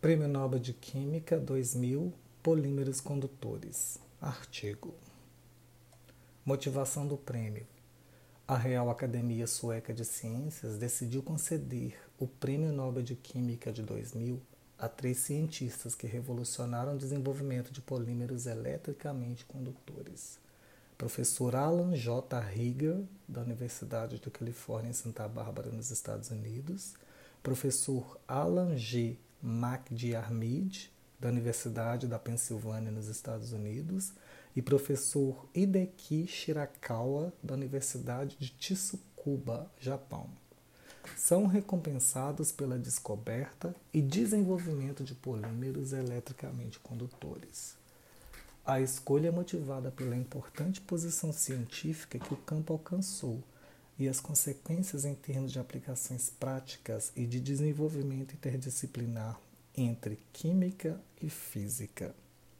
Prêmio Nobel de Química 2000, Polímeros condutores. Artigo. Motivação do prêmio. A Real Academia Sueca de Ciências decidiu conceder o Prêmio Nobel de Química de 2000 a 3 cientistas que revolucionaram o desenvolvimento de polímeros eletricamente condutores. Professor Alan J. Rieger, da Universidade da Califórnia em Santa Bárbara, nos Estados Unidos, professor Alan G. McDiarmid, da Universidade da Pensilvânia, nos Estados Unidos, e professor Hideki Shirakawa, da Universidade de Tsukuba, Japão. São recompensados pela descoberta e desenvolvimento de polímeros eletricamente condutores. A escolha é motivada pela importante posição científica que o campo alcançou e as consequências em termos de aplicações práticas e de desenvolvimento interdisciplinar entre química e física.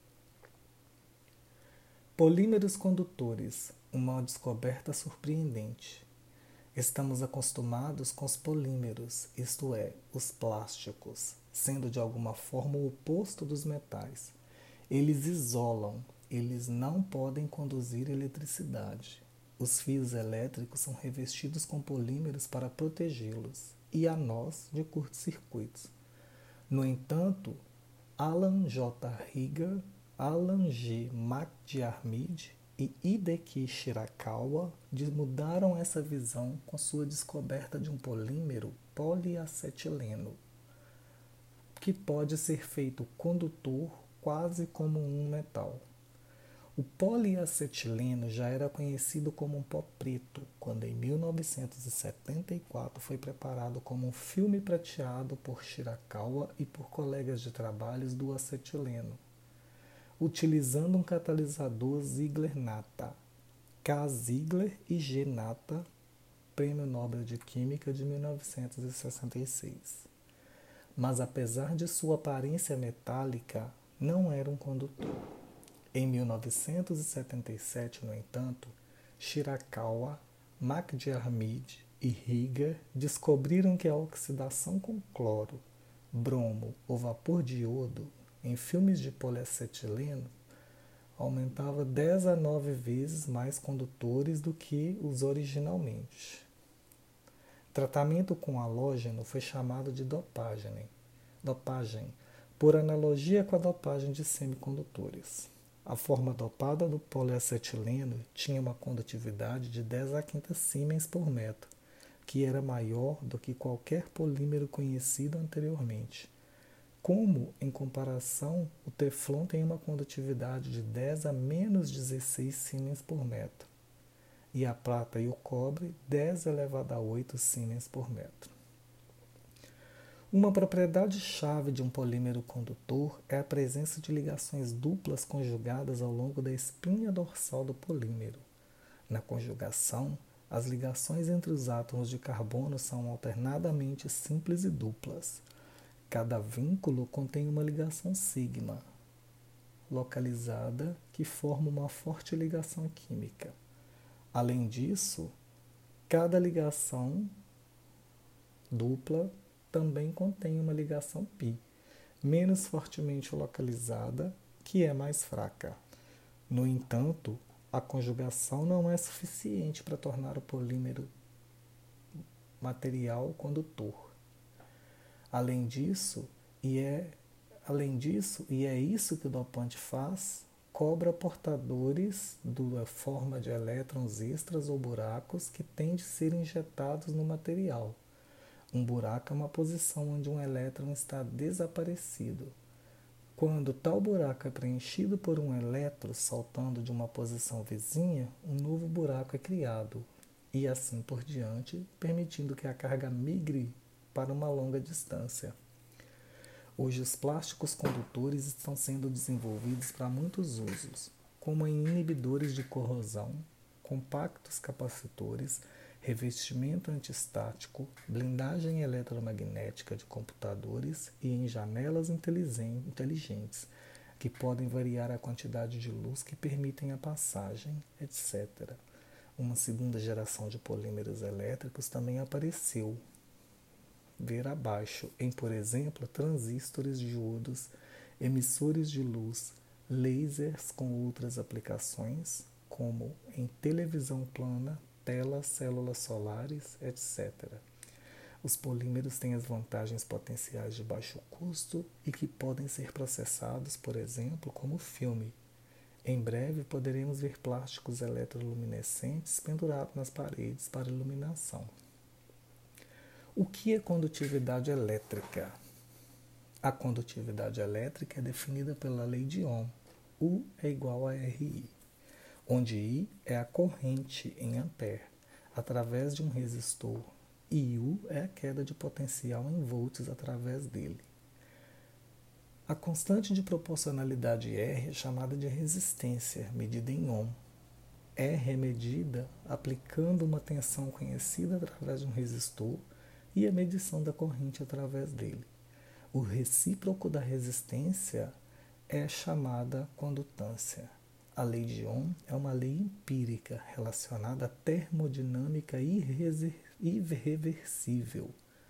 Polímeros condutores, uma descoberta surpreendente. Estamos acostumados com os polímeros, isto é, os plásticos, sendo de alguma forma o oposto dos metais. Eles isolam, eles não podem conduzir eletricidade. Os fios elétricos são revestidos com polímeros para protegê-los e a nós de curtos-circuitos. No entanto, Alan J. Rieger, Alan G. McDiarmid e Hideki Shirakawa mudaram essa visão com sua descoberta de um polímero poliacetileno, que pode ser feito condutor quase como um metal. O poliacetileno já era conhecido como um pó preto, quando em 1974 foi preparado como um filme prateado por Shirakawa e por colegas de trabalhos do acetileno, utilizando um catalisador Ziegler-Natta, K. Ziegler e G. Natta, Prêmio Nobel de Química de 1966. Mas apesar de sua aparência metálica, não era um condutor. Em 1977, no entanto, Shirakawa, McDiarmid e Rieger descobriram que a oxidação com cloro, bromo ou vapor de iodo em filmes de poliacetileno aumentava 10 a 9 vezes mais condutores do que os originalmente. Tratamento com halógeno foi chamado de dopagem, por analogia com a dopagem de semicondutores. A forma dopada do poliacetileno tinha uma condutividade de 10 a 5 Siemens por metro, que era maior do que qualquer polímero conhecido anteriormente. Como, em comparação, o Teflon tem uma condutividade de 10 a menos 16 Siemens por metro, e a prata e o cobre 10 elevado a 8 Siemens por metro. Uma propriedade-chave de um polímero condutor é a presença de ligações duplas conjugadas ao longo da espinha dorsal do polímero. Na conjugação, as ligações entre os átomos de carbono são alternadamente simples e duplas. Cada vínculo contém uma ligação sigma, localizada, que forma uma forte ligação química. Além disso, cada ligação dupla também contém uma ligação π, menos fortemente localizada, que é mais fraca. No entanto, a conjugação não é suficiente para tornar o polímero material condutor. Além disso, e é isso que o dopante faz, cobra portadores da forma de elétrons extras ou buracos que têm de ser injetados no material. Um buraco é uma posição onde um elétron está desaparecido. Quando tal buraco é preenchido por um elétron saltando de uma posição vizinha, um novo buraco é criado, e assim por diante, permitindo que a carga migre para uma longa distância. Hoje, os plásticos condutores estão sendo desenvolvidos para muitos usos, como em inibidores de corrosão, compactos capacitores, revestimento antistático, blindagem eletromagnética de computadores e em janelas inteligentes, que podem variar a quantidade de luz que permitem a passagem, etc. Uma segunda geração de polímeros elétricos também apareceu ver abaixo em, por exemplo, transistores diodos, emissores de luz, lasers com outras aplicações, como em televisão plana, telas, células solares, etc. Os polímeros têm as vantagens potenciais de baixo custo e que podem ser processados, por exemplo, como filme. Em breve poderemos ver plásticos eletroluminescentes pendurados nas paredes para iluminação. O que é condutividade elétrica? A condutividade elétrica é definida pela lei de Ohm. U é igual a RI, onde I é a corrente em ampere através de um resistor e U é a queda de potencial em volts através dele. A constante de proporcionalidade R é chamada de resistência, medida em Ohm. R é medida aplicando uma tensão conhecida através de um resistor e a medição da corrente através dele. O recíproco da resistência é chamada condutância. A lei de Ohm é uma lei empírica relacionada à termodinâmica irreversível.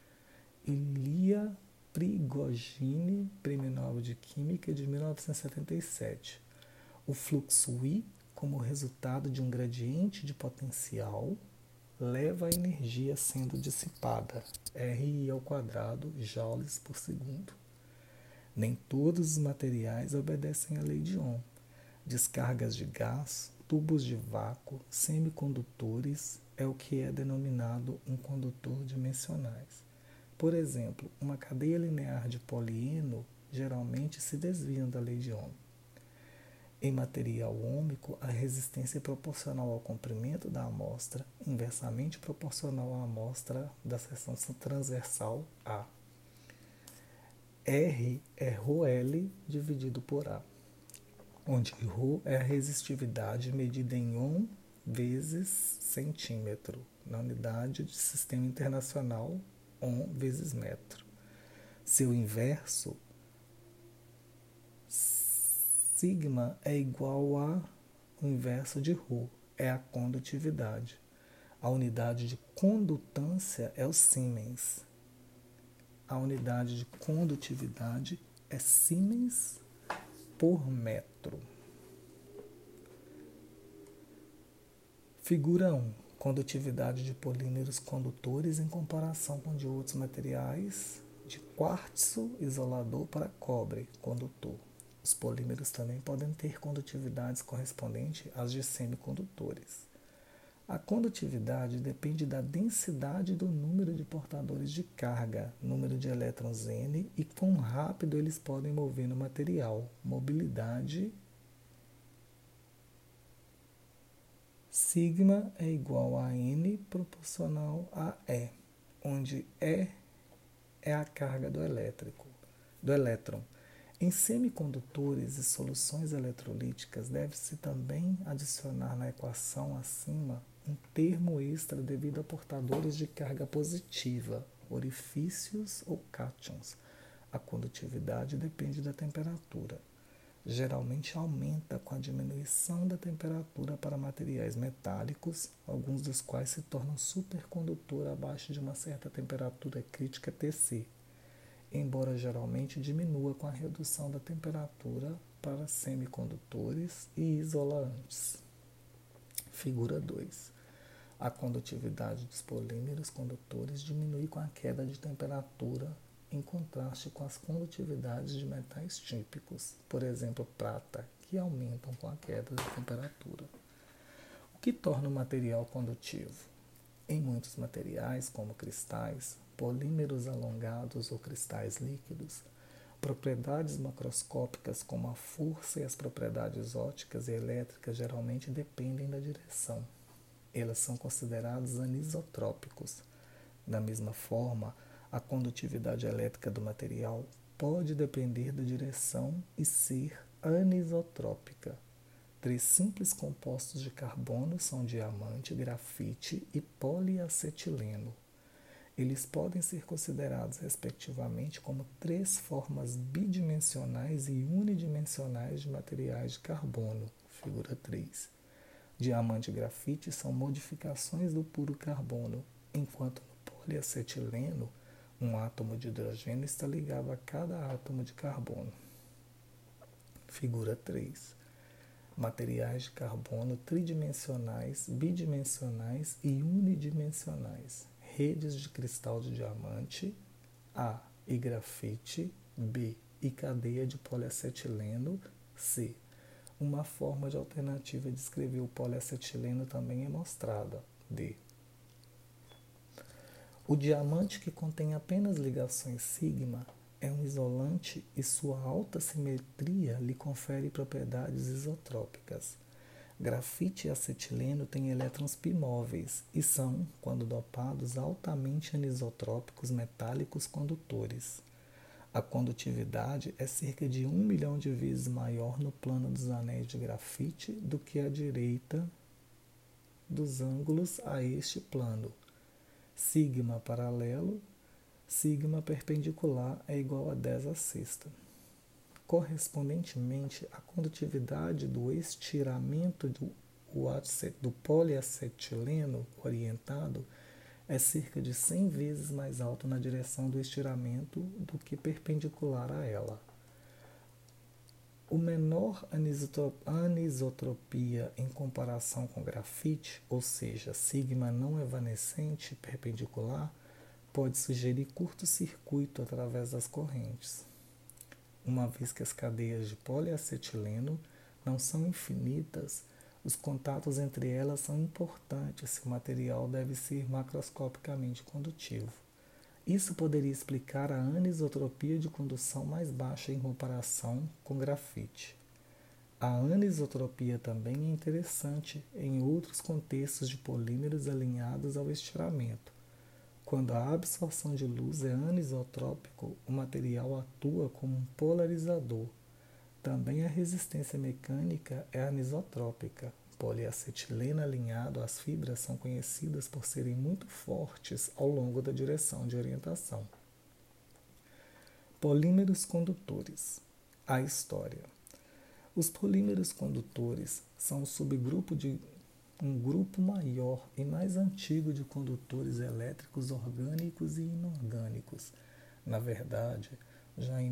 Ilia Prigogine, Prêmio Nobel de Química de 1977. O fluxo I, como resultado de um gradiente de potencial, leva a energia sendo dissipada, RI ao quadrado, joules por segundo. Nem todos os materiais obedecem à lei de Ohm. Descargas de gás, tubos de vácuo, semicondutores é o que é denominado um condutor dimensionais. Por exemplo, uma cadeia linear de polieno geralmente se desviam da lei de Ohm. Em material ômico, a resistência é proporcional ao comprimento da amostra, inversamente proporcional à amostra da seção transversal A. R é ρL dividido por A, onde ρ é a resistividade medida em Ohm vezes centímetro, na unidade de sistema internacional, Ohm vezes metro. Seu inverso, sigma, é igual ao inverso de ρ, é a condutividade. A unidade de condutância é o Siemens. A unidade de condutividade é Siemens por metro. Figura 1. Condutividade de polímeros condutores em comparação com de outros materiais de quartzo isolador para cobre condutor. Os polímeros também podem ter condutividades correspondentes às de semicondutores. A condutividade depende da densidade do número de portadores de carga, número de elétrons N e quão rápido eles podem mover no material, mobilidade. Sigma é igual a N proporcional a E, onde E é a carga do elétron. Em semicondutores e soluções eletrolíticas, deve-se também adicionar na equação acima um termo extra devido a portadores de carga positiva, orifícios ou cátions. A condutividade depende da temperatura. Geralmente aumenta com a diminuição da temperatura para materiais metálicos, alguns dos quais se tornam supercondutor abaixo de uma certa temperatura crítica Tc, embora geralmente diminua com a redução da temperatura para semicondutores e isolantes. Figura 2. A condutividade dos polímeros condutores diminui com a queda de temperatura, em contraste com as condutividades de metais típicos, por exemplo, prata, que aumentam com a queda da temperatura. O que torna o material condutivo? Em muitos materiais, como cristais, polímeros alongados ou cristais líquidos, propriedades macroscópicas como a força e as propriedades ópticas e elétricas geralmente dependem da direção. Elas são considerados anisotrópicos. Da mesma forma, a condutividade elétrica do material pode depender da direção e ser anisotrópica. 3 simples compostos de carbono são diamante, grafite e poliacetileno. Eles podem ser considerados, respectivamente, como 3 formas bidimensionais e unidimensionais de materiais de carbono, figura 3. Diamante e grafite são modificações do puro carbono, enquanto no poliacetileno, Um átomo de hidrogênio está ligado a cada átomo de carbono. Figura 3. Materiais de carbono tridimensionais, bidimensionais e unidimensionais. Redes de cristal de diamante, A, e grafite, B, e cadeia de poliacetileno, C. Uma forma de alternativa de escrever o poliacetileno também é mostrada, D. O diamante, que contém apenas ligações sigma, é um isolante e sua alta simetria lhe confere propriedades isotrópicas. Grafite e acetileno têm elétrons bimóveis e são, quando dopados, altamente anisotrópicos metálicos condutores. A condutividade é cerca de 1 milhão de vezes maior no plano dos anéis de grafite do que à direita dos ângulos a este plano. Sigma paralelo, sigma perpendicular é igual a 10 à sexta. Correspondentemente, a condutividade do estiramento do poliacetileno orientado é cerca de 100 vezes mais alto na direção do estiramento do que perpendicular a ela. O menor anisotropia em comparação com grafite, ou seja, sigma não evanescente perpendicular, pode sugerir curto-circuito através das correntes. Uma vez que as cadeias de poliacetileno não são infinitas, os contatos entre elas são importantes se o material deve ser macroscopicamente condutivo. Isso poderia explicar a anisotropia de condução mais baixa em comparação com grafite. A anisotropia também é interessante em outros contextos de polímeros alinhados ao estiramento. Quando a absorção de luz é anisotrópico, o material atua como um polarizador. Também a resistência mecânica é anisotrópica. Poliacetileno alinhado às fibras são conhecidas por serem muito fortes ao longo da direção de orientação. Polímeros condutores. A história. Os polímeros condutores são um grupo maior e mais antigo de condutores elétricos orgânicos e inorgânicos. Na verdade, já em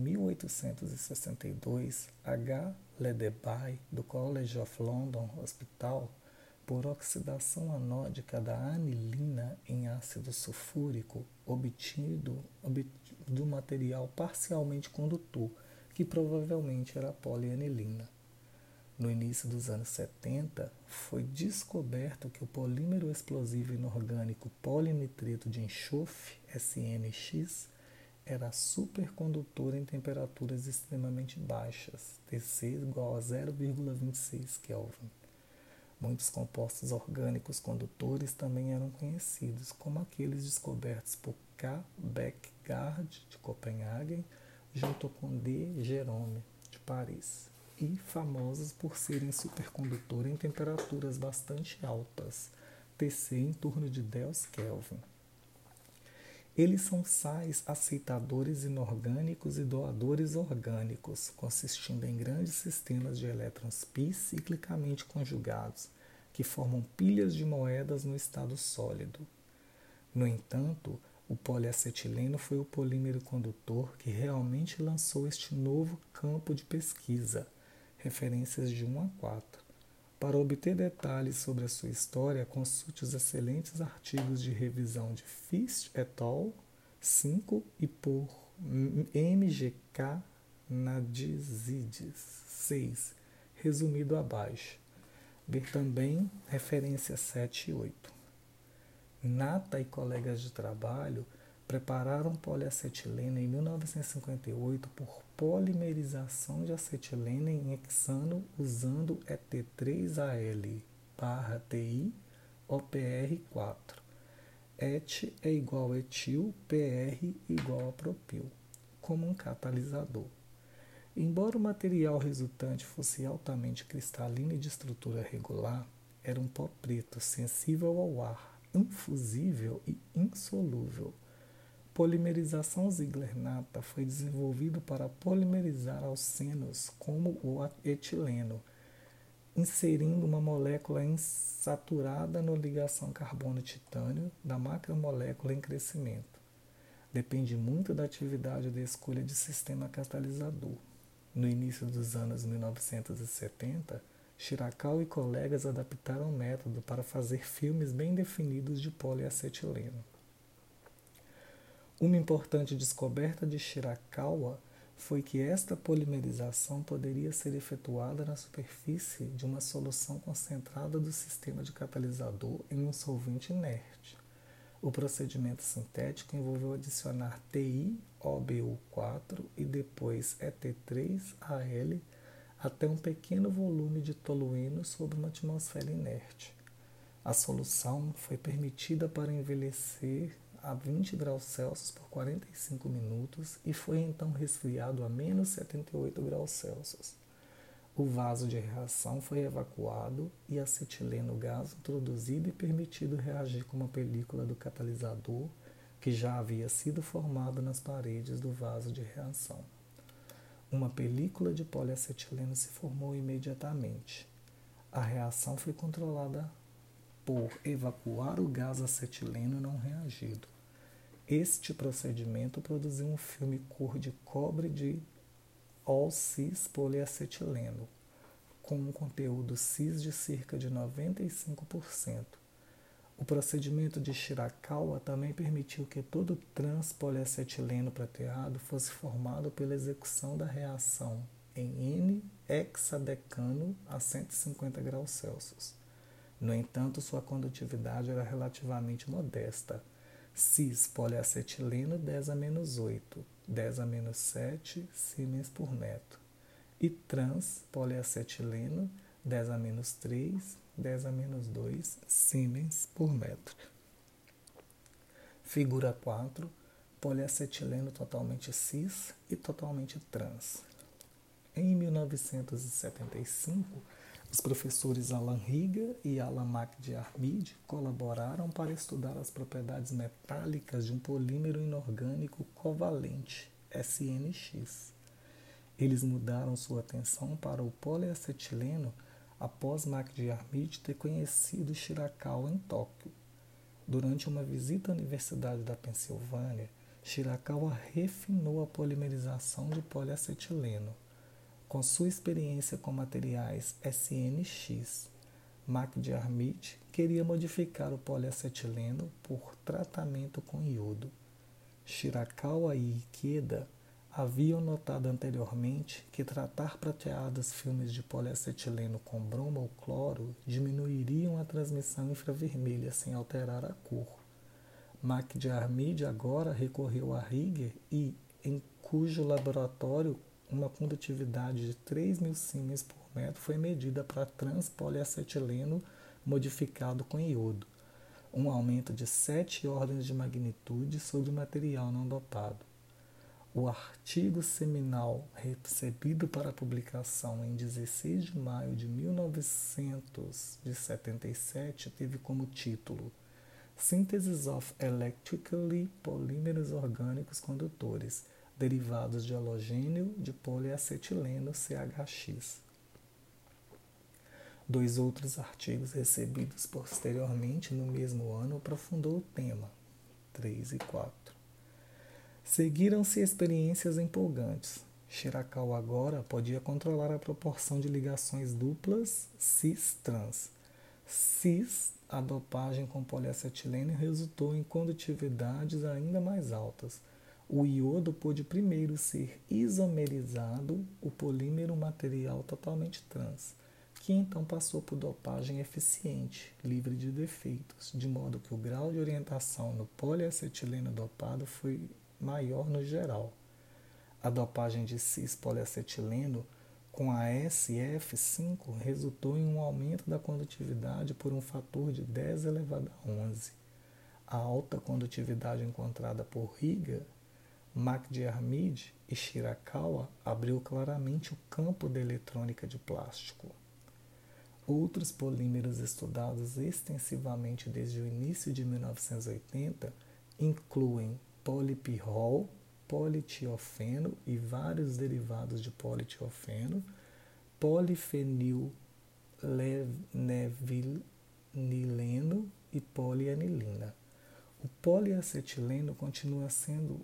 1862, H. Ledeby, do College of London Hospital, por oxidação anódica da anilina em ácido sulfúrico, obtido do material parcialmente condutor, que provavelmente era a polianilina. No início dos anos 70, foi descoberto que o polímero explosivo inorgânico polinitreto de enxofre, SNX, era supercondutor em temperaturas extremamente baixas, Tc igual a 0,26 Kelvin. Muitos compostos orgânicos condutores também eram conhecidos, como aqueles descobertos por K. Bækkegård, de Copenhague, junto com D. Jerome, de Paris, e famosos por serem supercondutores em temperaturas bastante altas, Tc em torno de 10 Kelvin. Eles são sais aceitadores inorgânicos e doadores orgânicos, consistindo em grandes sistemas de elétrons π ciclicamente conjugados, que formam pilhas de moedas no estado sólido. No entanto, o poliacetileno foi o polímero condutor que realmente lançou este novo campo de pesquisa, referências de 1 a 4. Para obter detalhes sobre a sua história, consulte os excelentes artigos de revisão de Fish et al. 5 e por MGK Nadizides 6, resumido abaixo. Ver também referências 7 e 8. Nata e colegas de trabalho prepararam poliacetileno em 1958 por polimerização de acetileno em hexano usando ET3Al/TI OPR4. Et é igual a etil, PR igual a propil, como um catalisador. Embora o material resultante fosse altamente cristalino e de estrutura regular, era um pó preto sensível ao ar, infusível e insolúvel. Polimerização Ziegler-Natta foi desenvolvido para polimerizar alcenos como o etileno, inserindo uma molécula insaturada na ligação carbono-titânio da macromolécula em crescimento. depende muito da atividade da escolha de sistema catalisador. No início dos anos 1970, Shirakawa e colegas adaptaram o método para fazer filmes bem definidos de poliacetileno. Uma importante descoberta de Shirakawa foi que esta polimerização poderia ser efetuada na superfície de uma solução concentrada do sistema de catalisador em um solvente inerte. O procedimento sintético envolveu adicionar TiOBU4 e depois ET3AL até um pequeno volume de tolueno sobre uma atmosfera inerte. A solução foi permitida para envelhecer a 20 graus Celsius por 45 minutos e foi então resfriado a menos 78 graus Celsius. O vaso de reação foi evacuado e acetileno gás introduzido e permitido reagir com uma película do catalisador que já havia sido formada nas paredes do vaso de reação. Uma película de poliacetileno se formou imediatamente. A reação foi controlada por evacuar o gás acetileno não reagido. Este procedimento produziu um filme cor de cobre de all-cis poliacetileno, com um conteúdo cis de cerca de 95%. O procedimento de Shirakawa também permitiu que todo trans poliacetileno prateado fosse formado pela execução da reação em N-hexadecano a 150 graus Celsius. No entanto, sua condutividade era relativamente modesta. Cis poliacetileno 10-8, 10-7 Siemens por metro. E trans poliacetileno 10-3, 10-2 Siemens por metro. Figura 4. Poliacetileno totalmente cis e totalmente trans. Em 1975, os professores Alan Rieger e Alan McDiarmid colaboraram para estudar as propriedades metálicas de um polímero inorgânico covalente, SNX. Eles mudaram sua atenção para o poliacetileno após McDiarmid ter conhecido Shirakawa em Tóquio. Durante uma visita à Universidade da Pensilvânia, Shirakawa refinou a polimerização de poliacetileno. Com sua experiência com materiais SNX, McDiarmid queria modificar o poliacetileno por tratamento com iodo. Shirakawa e Ikeda haviam notado anteriormente que tratar prateados filmes de poliacetileno com bromo ou cloro diminuiriam a transmissão infravermelha sem alterar a cor. McDiarmid agora recorreu a Rieger e, em cujo laboratório uma condutividade de 3.000 Siemens por metro foi medida para transpoliacetileno modificado com iodo, um aumento de 7 ordens de magnitude sobre o material não dopado. O artigo seminal recebido para publicação em 16 de maio de 1977 teve como título Synthesis of Electrically Polímeros Orgânicos Condutores, derivados de halogênio de poliacetileno CHX. Dois outros artigos recebidos posteriormente no mesmo ano aprofundou o tema, 3 e 4. Seguiram-se experiências empolgantes. Shirakawa agora podia controlar a proporção de ligações duplas cis-trans. Cis, a dopagem com poliacetileno resultou em condutividades ainda mais altas. O iodo pôde primeiro ser isomerizado, o polímero material totalmente trans, que então passou por dopagem eficiente, livre de defeitos, de modo que o grau de orientação no poliacetileno dopado foi maior no geral. A dopagem de cis-poliacetileno com a SF5 resultou em um aumento da condutividade por um fator de 10 elevado a 11. A alta condutividade encontrada por Rieger, McDiarmid e Shirakawa abriu claramente o campo da eletrônica de plástico. Outros polímeros estudados extensivamente desde o início de 1980 incluem polipirrol, politiofeno e vários derivados de politiofeno, polifenillenileno e polianilina. O poliacetileno continua sendo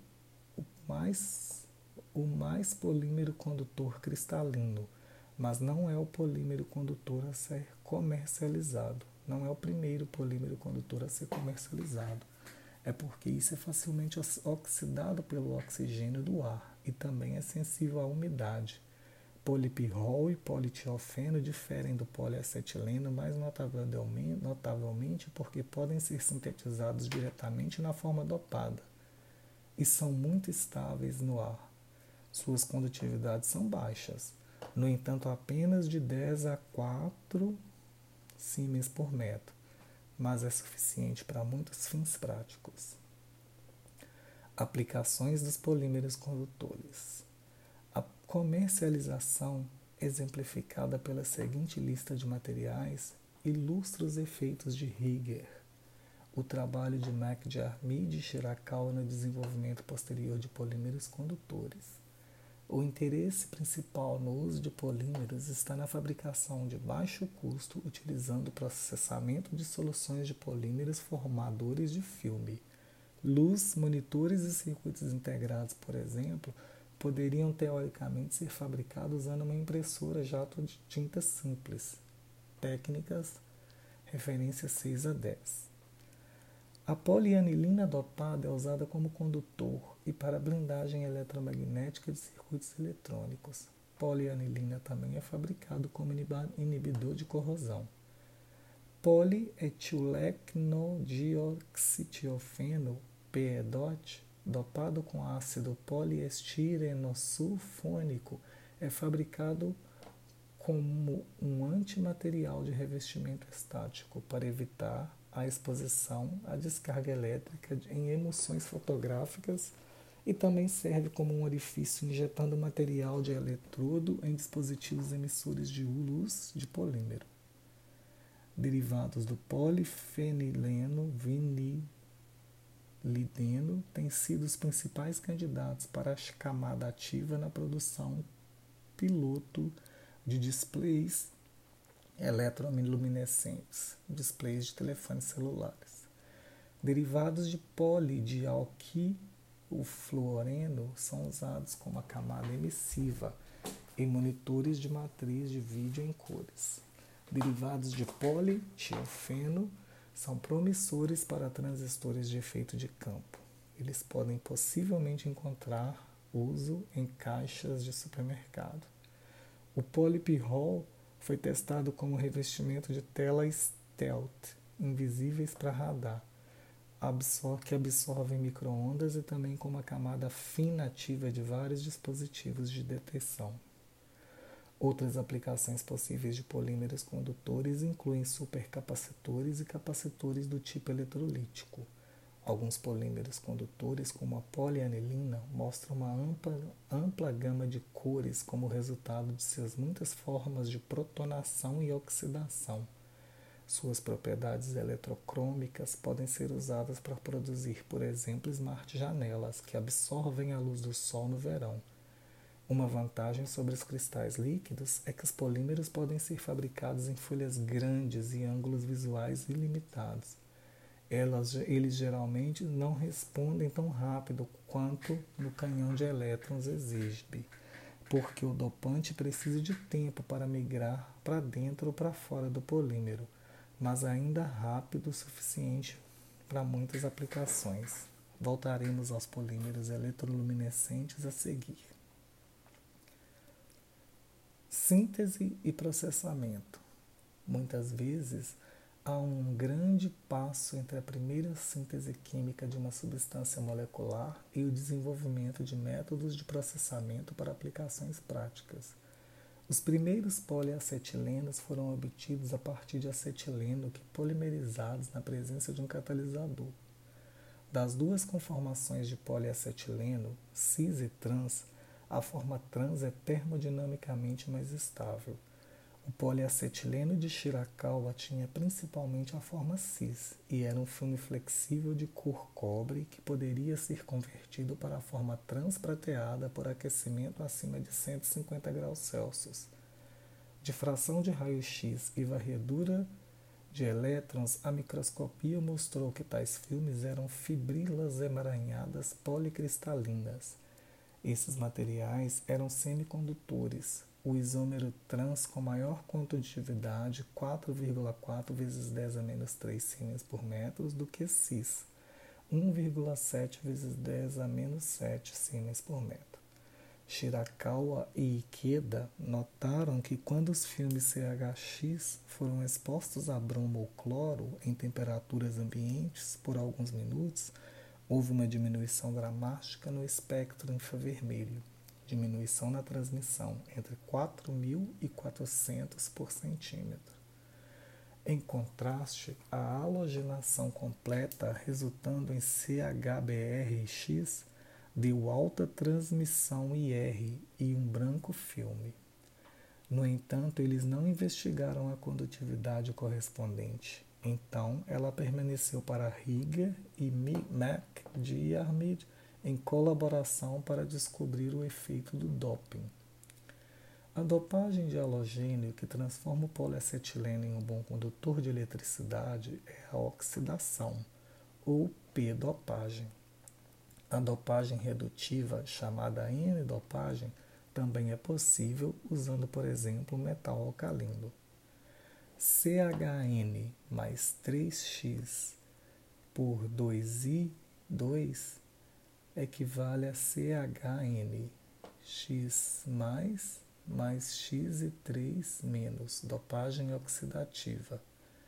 o mais polímero condutor cristalino, mas não é o polímero condutor a ser comercializado. Não é o primeiro polímero condutor a ser comercializado. É porque isso é facilmente oxidado pelo oxigênio do ar e também é sensível à umidade. Polipirrol e politiofeno diferem do poliacetileno mais notavelmente porque podem ser sintetizados diretamente na forma dopada e são muito estáveis no ar. Suas condutividades são baixas, no entanto apenas de 10 a 4 siemens por metro, mas é suficiente para muitos fins práticos. Aplicações dos polímeros condutores. A comercialização, exemplificada pela seguinte lista de materiais, ilustra os efeitos de Rieger. O trabalho de McDiarmid e Shirakawa no desenvolvimento posterior de polímeros condutores. O interesse principal no uso de polímeros está na fabricação de baixo custo utilizando o processamento de soluções de polímeros formadores de filme. Luz, monitores e circuitos integrados, por exemplo, poderiam teoricamente ser fabricados usando uma impressora jato de tinta simples. Técnicas, referência 6 a 10. A polianilina dopada é usada como condutor e para blindagem eletromagnética de circuitos eletrônicos. Polianilina também é fabricado como inibidor de corrosão. Polietilenoxiditiofeno, PEDOT, dopado com ácido poliestirenosulfônico, é fabricado como um antimaterial de revestimento estático para evitar a exposição à descarga elétrica em emulsões fotográficas e também serve como um orifício injetando material de eletrodo em dispositivos emissores de luz de polímero. Derivados do polifenileno vinilideno têm sido os principais candidatos para a camada ativa na produção piloto de displays eletroluminescentes, displays de telefones celulares. Derivados de polidialquilfluoreno são usados como a camada emissiva em monitores de matriz de vídeo em cores. Derivados de politiofeno são promissores para transistores de efeito de campo. Eles podem possivelmente encontrar uso em caixas de supermercado. O polipirrol foi testado como revestimento de tela stealth, invisíveis para radar, que absorvem micro-ondas e também como a camada fina ativa de vários dispositivos de detecção. Outras aplicações possíveis de polímeros condutores incluem supercapacitores e capacitores do tipo eletrolítico. Alguns polímeros condutores, como a polianilina, mostram uma ampla gama de cores como resultado de suas muitas formas de protonação e oxidação. Suas propriedades eletrocrômicas podem ser usadas para produzir, por exemplo, smart janelas, que absorvem a luz do sol no verão. Uma vantagem sobre os cristais líquidos é que os polímeros podem ser fabricados em folhas grandes e ângulos visuais ilimitados. Eles geralmente não respondem tão rápido quanto no canhão de elétrons exige, porque o dopante precisa de tempo para migrar para dentro ou para fora do polímero, mas ainda rápido o suficiente para muitas aplicações. Voltaremos aos polímeros eletroluminescentes a seguir. Síntese e processamento. Muitas vezes, há um grande passo entre a primeira síntese química de uma substância molecular e o desenvolvimento de métodos de processamento para aplicações práticas. Os primeiros poliacetilenos foram obtidos a partir de acetileno polimerizados na presença de um catalisador. Das duas conformações de poliacetileno, cis e trans, a forma trans é termodinamicamente mais estável. O poliacetileno de Shirakawa tinha principalmente a forma cis e era um filme flexível de cor cobre que poderia ser convertido para a forma trans prateada por aquecimento acima de 150 graus Celsius. Difração de raio-x e varredura de elétrons, a microscopia mostrou que tais filmes eram fibrilas emaranhadas policristalinas. Esses materiais eram semicondutores. O isômero trans com maior condutividade, 4,4 vezes 10 a menos 3 síemens por metro, do que cis, 1,7 vezes 10 a menos 7 síemens por metro. Shirakawa e Ikeda notaram que quando os filmes CHX foram expostos a bromo ou cloro em temperaturas ambientes por alguns minutos, houve uma diminuição dramática no espectro infravermelho, diminuição na transmissão entre 4.000 e 400 por centímetro. Em contraste, a halogenação completa resultando em CHBr-X deu alta transmissão IR e um branco filme. No entanto, eles não investigaram a condutividade correspondente. Então, ela permaneceu para Rieger e McDiarmid em colaboração para descobrir o efeito do doping. A dopagem de halogênio que transforma o poliacetileno em um bom condutor de eletricidade é a oxidação, ou p-dopagem. A dopagem redutiva, chamada N-dopagem, também é possível usando, por exemplo, metal alcalino. CHN mais 3x por 2i2 equivale a CHN x mais x e 3 menos, dopagem oxidativa.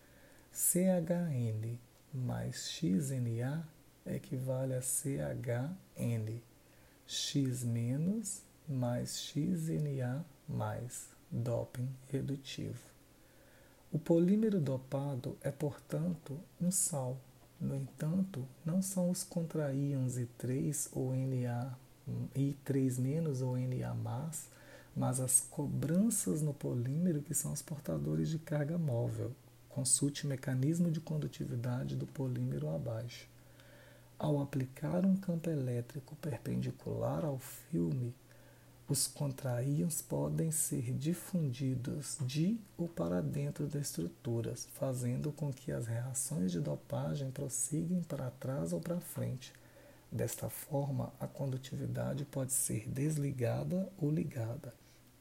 CHN mais XNA equivale a CHN x menos mais XNA mais, doping redutivo. O polímero dopado é, portanto, um sal. No entanto, não são os contraíons I3 ou I3- ou Na+, mas as cobranças no polímero que são os portadores de carga móvel. Consulte o mecanismo de condutividade do polímero abaixo. Ao aplicar um campo elétrico perpendicular ao filme, os contraíons podem ser difundidos de ou para dentro da estrutura, fazendo com que as reações de dopagem prossigam para trás ou para frente. Desta forma, a condutividade pode ser desligada ou ligada.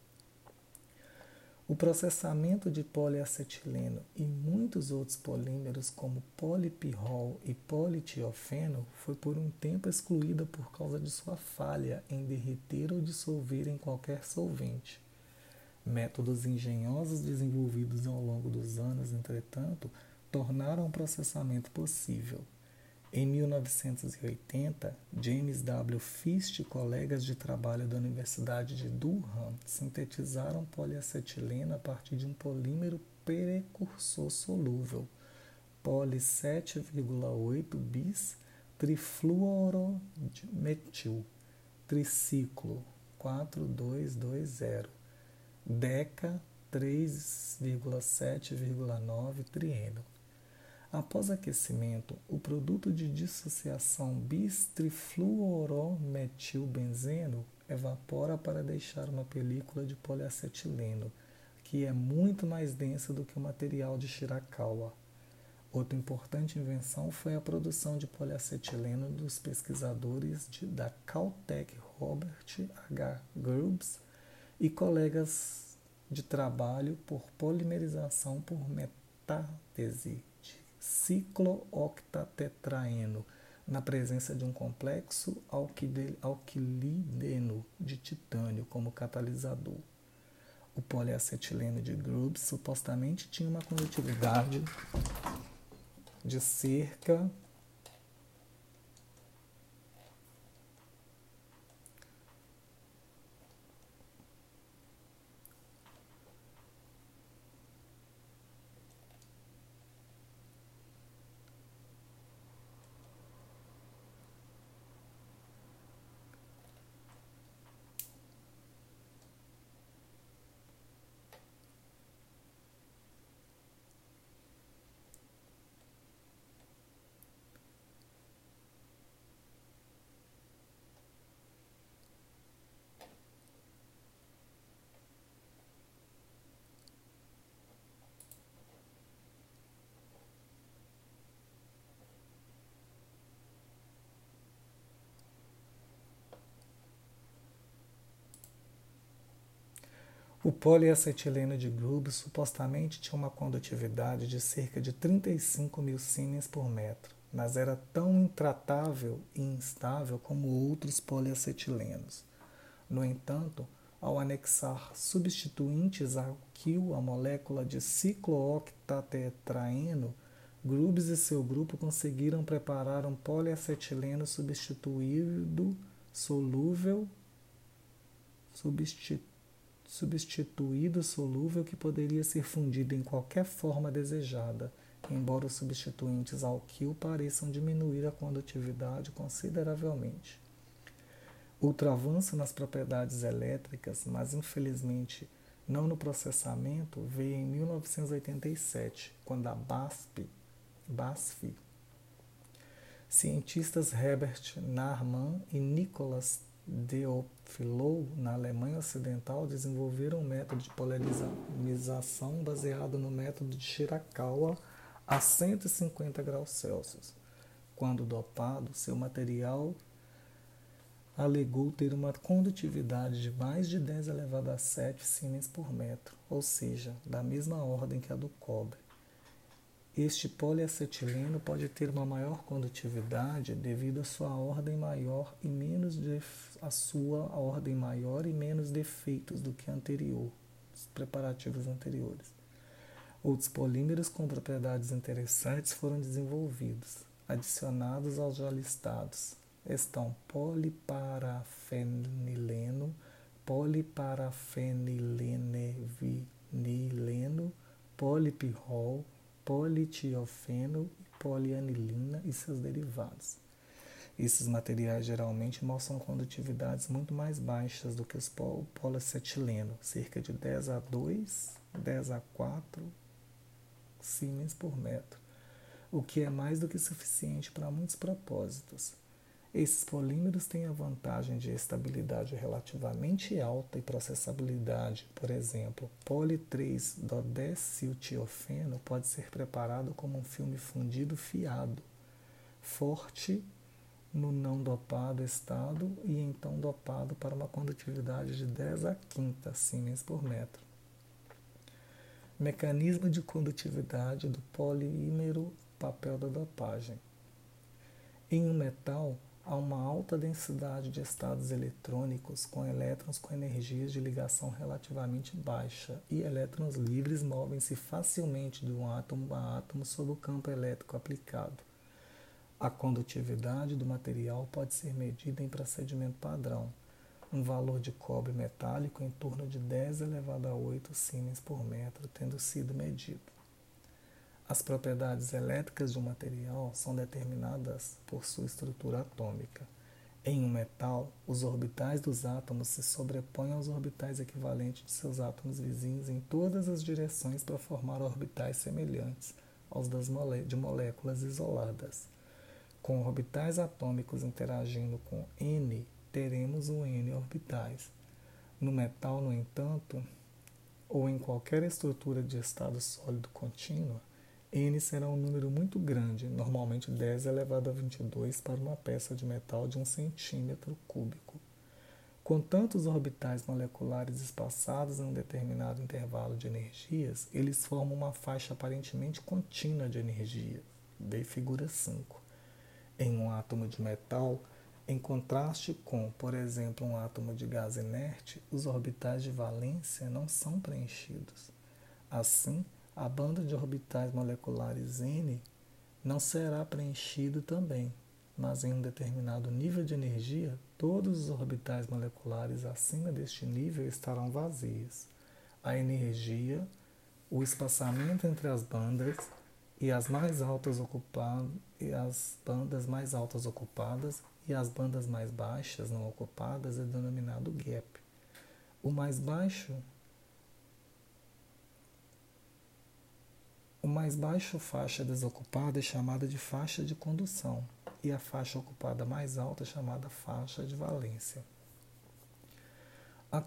O processamento de poliacetileno e muitos outros polímeros, como polipirrol e politiofeno, foi por um tempo excluída por causa de sua falha em derreter ou dissolver em qualquer solvente. Métodos engenhosos desenvolvidos ao longo dos anos, entretanto, tornaram o processamento possível. Em 1980, James W. Fish e colegas de trabalho da Universidade de Durham sintetizaram poliacetileno a partir de um polímero precursor solúvel, poli 7,8 bis trifluorometil, triciclo 4220, deca 3,7,9 trieno. Após aquecimento, o produto de dissociação bis-trifluorometilbenzeno evapora para deixar uma película de poliacetileno, que é muito mais densa do que o material de Shirakawa. Outra importante invenção foi a produção de poliacetileno dos pesquisadores da Caltech Robert H. Grubbs e colegas de trabalho por polimerização por metátese ciclooctatetraeno, na presença de um complexo alquilideno de titânio como catalisador. O poliacetileno de Grubbs supostamente tinha uma condutividade de cerca O poliacetileno de Grubb supostamente tinha uma condutividade de cerca de 35.000 siemens por metro, mas era tão intratável e instável como outros poliacetilenos. No entanto, ao anexar substituintes alquil à molécula de ciclooctatetraeno, Grubb e seu grupo conseguiram preparar um poliacetileno substituído solúvel que poderia ser fundido em qualquer forma desejada, embora os substituintes alquil pareçam diminuir a condutividade consideravelmente. Outro avanço nas propriedades elétricas, mas infelizmente não no processamento, veio em 1987, quando a BASF, cientistas Herbert Nachmann e Nicholas Theophilou, na Alemanha Ocidental, desenvolveram um método de polarização baseado no método de Shirakawa a 150 graus Celsius. Quando dopado, seu material alegou ter uma condutividade de mais de 10 elevado a 7 siemens por metro, ou seja, da mesma ordem que a do cobre. Este poliacetileno pode ter uma maior condutividade devido à sua ordem maior e menos defeitos do que os preparativos anteriores. Outros polímeros com propriedades interessantes foram desenvolvidos. Adicionados aos já listados estão poliparafenileno, poliparafenilenevinileno, polipirrol, politiofeno, polianilina e seus derivados. Esses materiais geralmente mostram condutividades muito mais baixas do que os poliacetileno, cerca de 10 a 2, 10 a 4 siemens por metro, o que é mais do que suficiente para muitos propósitos. Esses polímeros têm a vantagem de estabilidade relativamente alta e processabilidade. Por exemplo, poli-3-dodeciltiofeno pode ser preparado como um filme fundido fiado, forte no não dopado estado e então dopado para uma condutividade de 10 a 5 siemens por metro. Mecanismo de condutividade do polímero, papel da dopagem. Em um metal, há uma alta densidade de estados eletrônicos com elétrons com energias de ligação relativamente baixa e elétrons livres movem-se facilmente de um átomo a átomo sob o campo elétrico aplicado. A condutividade do material pode ser medida em procedimento padrão, um valor de cobre metálico em torno de 10 elevado a 8 siemens por metro tendo sido medido. As propriedades elétricas de um material são determinadas por sua estrutura atômica. Em um metal, os orbitais dos átomos se sobrepõem aos orbitais equivalentes de seus átomos vizinhos em todas as direções para formar orbitais semelhantes aos de moléculas isoladas. Com orbitais atômicos interagindo com N, teremos um N orbitais. No metal, no entanto, ou em qualquer estrutura de estado sólido contínua, N será um número muito grande, normalmente 10 elevado a 22 para uma peça de metal de 1 centímetro cúbico. Com tantos orbitais moleculares espaçados em um determinado intervalo de energias, eles formam uma faixa aparentemente contínua de energia. Vê figura 5. Em um átomo de metal, em contraste com, por exemplo, um átomo de gás inerte, os orbitais de valência não são preenchidos. Assim, a banda de orbitais moleculares N não será preenchido também, mas em um determinado nível de energia, todos os orbitais moleculares acima deste nível estarão vazios. A energia, o espaçamento entre as bandas e as bandas mais altas ocupadas e as bandas mais baixas não ocupadas é denominado gap. O mais baixo faixa desocupada é chamada de faixa de condução e a faixa ocupada mais alta é chamada faixa de valência. A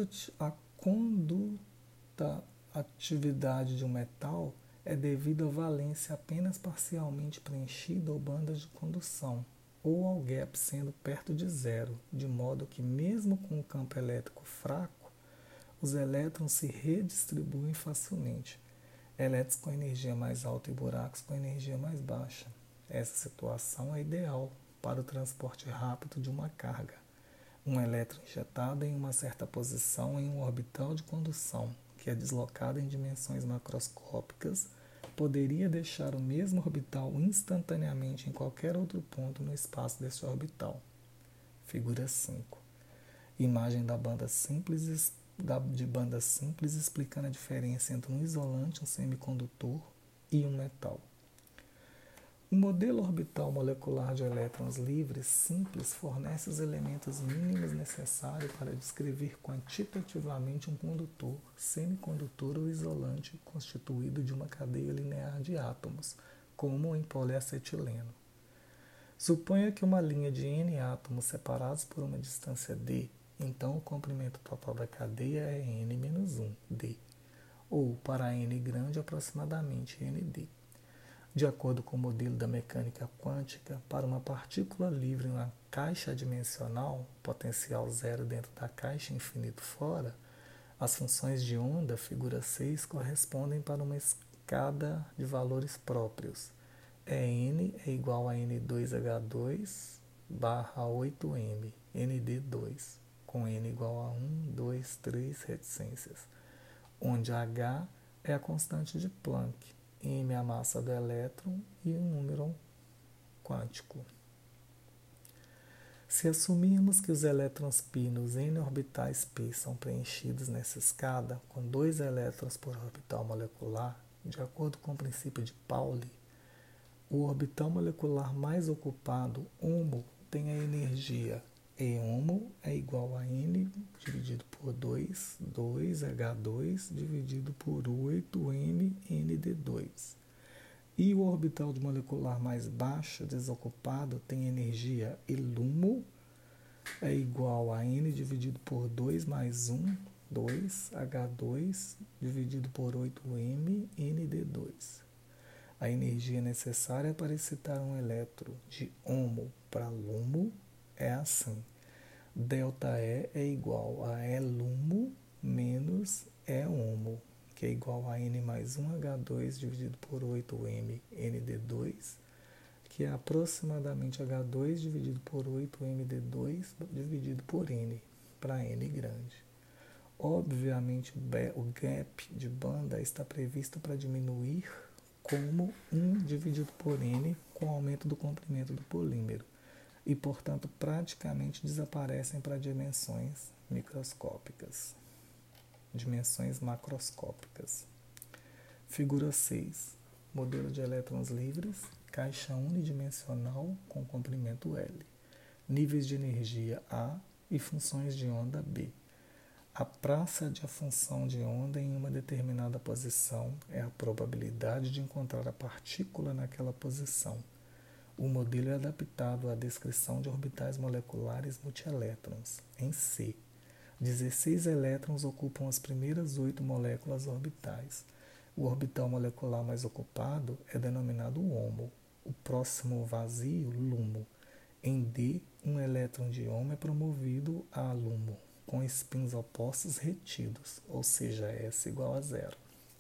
condutatividade de um metal é devido à valência apenas parcialmente preenchida ou bandas de condução, ou ao gap sendo perto de zero, de modo que mesmo com um campo elétrico fraco, os elétrons se redistribuem facilmente. Elétrons com energia mais alta e buracos com energia mais baixa. Essa situação é ideal para o transporte rápido de uma carga. Um elétron injetado em uma certa posição em um orbital de condução, que é deslocado em dimensões macroscópicas, poderia deixar o mesmo orbital instantaneamente em qualquer outro ponto no espaço desse orbital. Figura 5. Imagem de banda simples explicando a diferença entre um isolante, um semicondutor e um metal. O modelo orbital molecular de elétrons livres simples fornece os elementos mínimos necessários para descrever quantitativamente um condutor, semicondutor ou isolante constituído de uma cadeia linear de átomos, como em poliacetileno. Suponha que uma linha de N átomos separados por uma distância d, então o comprimento total da cadeia é N-1, d, ou para N grande aproximadamente Nd. De acordo com o modelo da mecânica quântica, para uma partícula livre em uma caixa dimensional, potencial zero dentro da caixa e infinito fora, as funções de onda, figura 6, correspondem para uma escada de valores próprios. N é igual a N2H2 barra 8m, Nd2, com N igual a 1, 2, 3 reticências, onde H é a constante de Planck, m a massa do elétron e um número quântico. Se assumirmos que os elétrons π nos n orbitais p são preenchidos nessa escada com 2 elétrons por orbital molecular, de acordo com o princípio de Pauli, o orbital molecular mais ocupado, HOMO, tem a energia E-HOMO é igual a N dividido por 2, 2H2 dividido por 8M Nd2. E o orbital de molecular mais baixo, desocupado, tem energia E-LUMO é igual a N dividido por 2 mais 1, 2H2 dividido por 8M Nd2. A energia necessária para excitar um elétron de HOMO para LUMO é assim. ΔE é igual a E-LUMO menos E-HOMO, que é igual a N mais 1H2 dividido por 8M Nd2, que é aproximadamente H2 dividido por 8MD2 dividido por N, para N grande. Obviamente, o gap de banda está previsto para diminuir como 1 dividido por N com o aumento do comprimento do polímero e, portanto, praticamente desaparecem para dimensões microscópicas, dimensões macroscópicas. Figura 6. Modelo de elétrons livres, caixa unidimensional com comprimento L, níveis de energia A e funções de onda B. A praça de a função de onda em uma determinada posição é a probabilidade de encontrar a partícula naquela posição. O modelo é adaptado à descrição de orbitais moleculares multielétrons, em C. 16 elétrons ocupam as primeiras 8 moléculas orbitais. O orbital molecular mais ocupado é denominado HOMO, o próximo vazio, LUMO. Em D, um elétron de HOMO é promovido a LUMO, com spins opostos retidos, ou seja, S igual a zero.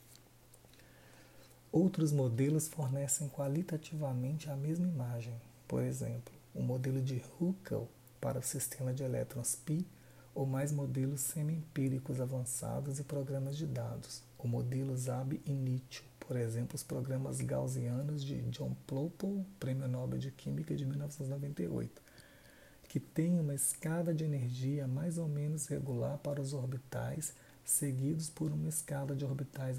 Outros modelos fornecem qualitativamente a mesma imagem. Por exemplo, o modelo de Huckel para o sistema de elétrons π ou mais modelos semi-empíricos avançados e programas de dados. O modelo Zab-Initio, por exemplo, os programas gaussianos de John Plople, Prêmio Nobel de Química de 1998, que tem uma escada de energia mais ou menos regular para os orbitais, seguidos por uma escada de orbitais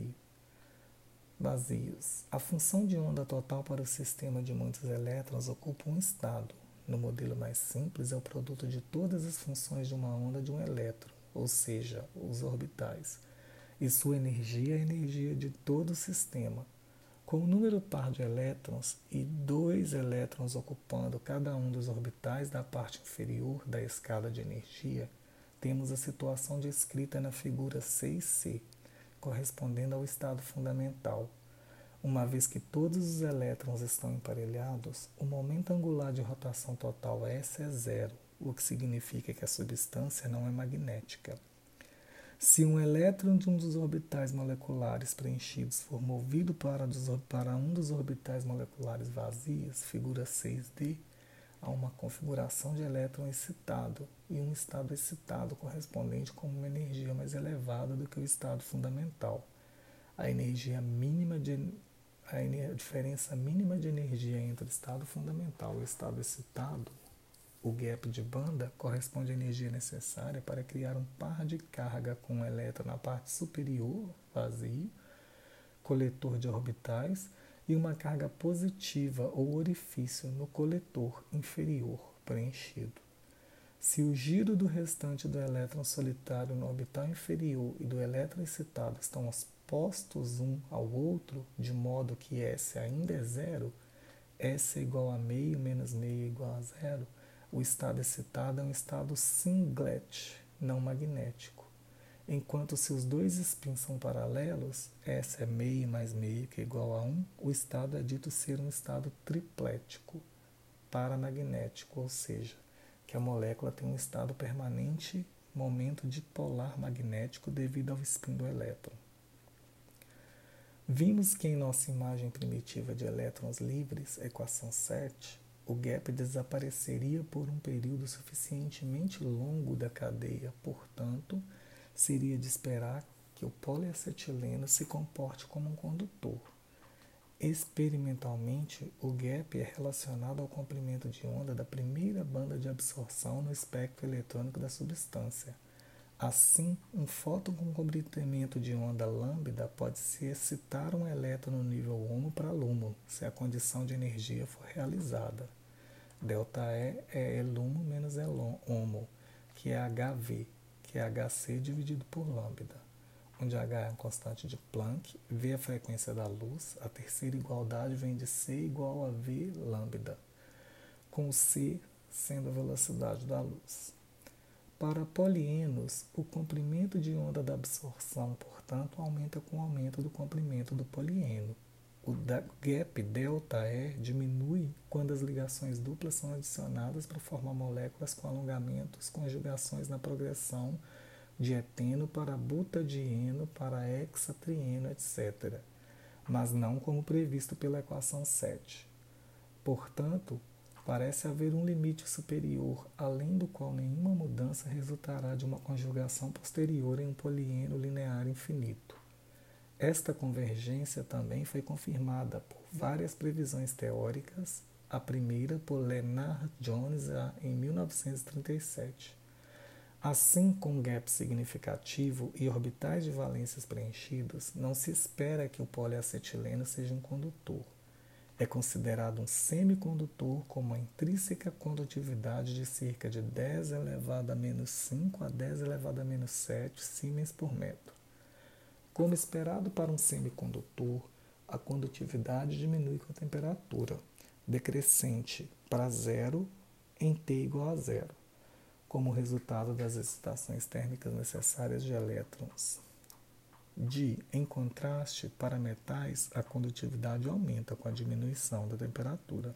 vazios. A função de onda total para o sistema de muitos elétrons ocupa um estado. No modelo mais simples, é o produto de todas as funções de uma onda de um elétron, ou seja, os orbitais, e sua energia é a energia de todo o sistema. Com o número par de elétrons e 2 elétrons ocupando cada um dos orbitais da parte inferior da escala de energia, temos a situação descrita na figura 6c, correspondendo ao estado fundamental. Uma vez que todos os elétrons estão emparelhados, o momento angular de rotação total S é zero, o que significa que a substância não é magnética. Se um elétron de um dos orbitais moleculares preenchidos for movido para um dos orbitais moleculares vazios, figura 6D, há uma configuração de elétron excitado e um estado excitado correspondente com uma energia mais elevada do que o estado fundamental. A diferença mínima de energia entre o estado fundamental e o estado excitado, o gap de banda, corresponde à energia necessária para criar um par de carga com um elétron na parte superior, vazio, coletor de orbitais, e uma carga positiva ou orifício no coletor inferior, preenchido. Se o giro do restante do elétron solitário no orbital inferior e do elétron excitado estão opostos um ao outro, de modo que S ainda é zero, S é igual a meio menos meio é igual a zero, o estado excitado é um estado singlet, não magnético. Enquanto se os dois spins são paralelos, S é meio mais meio que é igual a 1, o estado é dito ser um estado triplético, paramagnético, ou seja, que a molécula tem um estado permanente momento dipolar magnético devido ao spin do elétron. Vimos que em nossa imagem primitiva de elétrons livres, equação 7, o gap desapareceria por um período suficientemente longo da cadeia, portanto, seria de esperar que o poliacetileno se comporte como um condutor. Experimentalmente, o gap é relacionado ao comprimento de onda da primeira banda de absorção no espectro eletrônico da substância. Assim, um fóton com comprimento de onda lambda pode-se excitar um elétron no nível HOMO para LUMO, se a condição de energia for realizada. ΔE é LUMO menos HOMO, que é HV, que é HC dividido por lambda, onde H é uma constante de Planck, V é a frequência da luz, a terceira igualdade vem de C igual a V lambda, com C sendo a velocidade da luz. Para polienos, o comprimento de onda da absorção, portanto, aumenta com o aumento do comprimento do polieno. O gap ΔE diminui quando as ligações duplas são adicionadas para formar moléculas com alongamentos, conjugações na progressão de eteno para butadieno, para hexatrieno, etc., mas não como previsto pela equação 7. Portanto, parece haver um limite superior, além do qual nenhuma mudança resultará de uma conjugação posterior em um polieno linear infinito. Esta convergência também foi confirmada por várias previsões teóricas, a primeira por Lennard Jones em 1937. Assim, com gap significativo e orbitais de valências preenchidos, não se espera que o poliacetileno seja um condutor. É considerado um semicondutor com uma intrínseca condutividade de cerca de 10 elevado a menos 5 a 10 elevado a menos 7 Siemens por metro. Como esperado para um semicondutor, a condutividade diminui com a temperatura, decrescente para zero em T igual a zero, como resultado das excitações térmicas necessárias de elétrons. Em contraste, para metais, a condutividade aumenta com a diminuição da temperatura.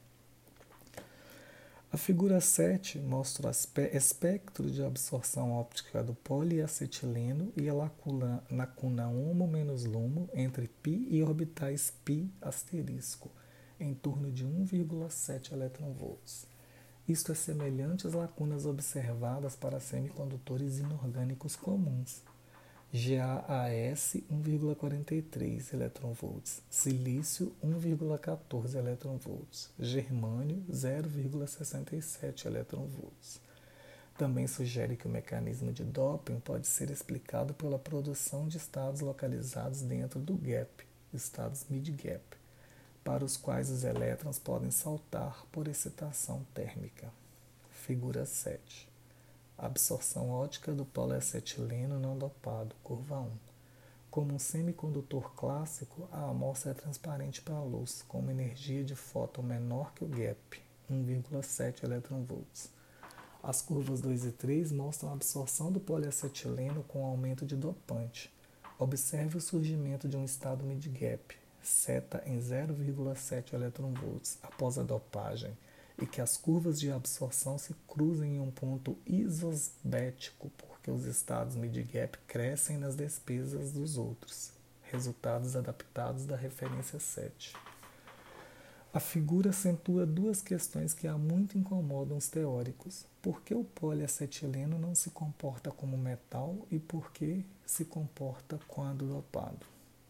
A figura 7 mostra o espectro de absorção óptica do poliacetileno e a lacuna HOMO-LUMO entre π e orbitais π asterisco, em torno de 1,7 eletronvolts. Isto é semelhante às lacunas observadas para semicondutores inorgânicos comuns. GaAs 1,43 eletronvolts, silício 1,14 eletronvolts, germânio 0,67 eletronvolts. Também sugere que o mecanismo de doping pode ser explicado pela produção de estados localizados dentro do gap, estados mid-gap, para os quais os elétrons podem saltar por excitação térmica. Figura 7. Absorção ótica do poliacetileno não dopado, curva 1. Como um semicondutor clássico, a amostra é transparente para a luz, com uma energia de fóton menor que o gap, 1,7 eletronvolts. As curvas 2 e 3 mostram a absorção do poliacetileno com aumento de dopante. Observe o surgimento de um estado mid-gap, seta em 0,7 eletronvolts, após a dopagem, e que as curvas de absorção se cruzem em um ponto isosbético, porque porque os estados mid-gap crescem nas despesas dos outros. Resultados adaptados da referência 7. A figura acentua duas questões que há muito incomodam os teóricos. Por que o poliacetileno não se comporta como metal e por que se comporta quando dopado?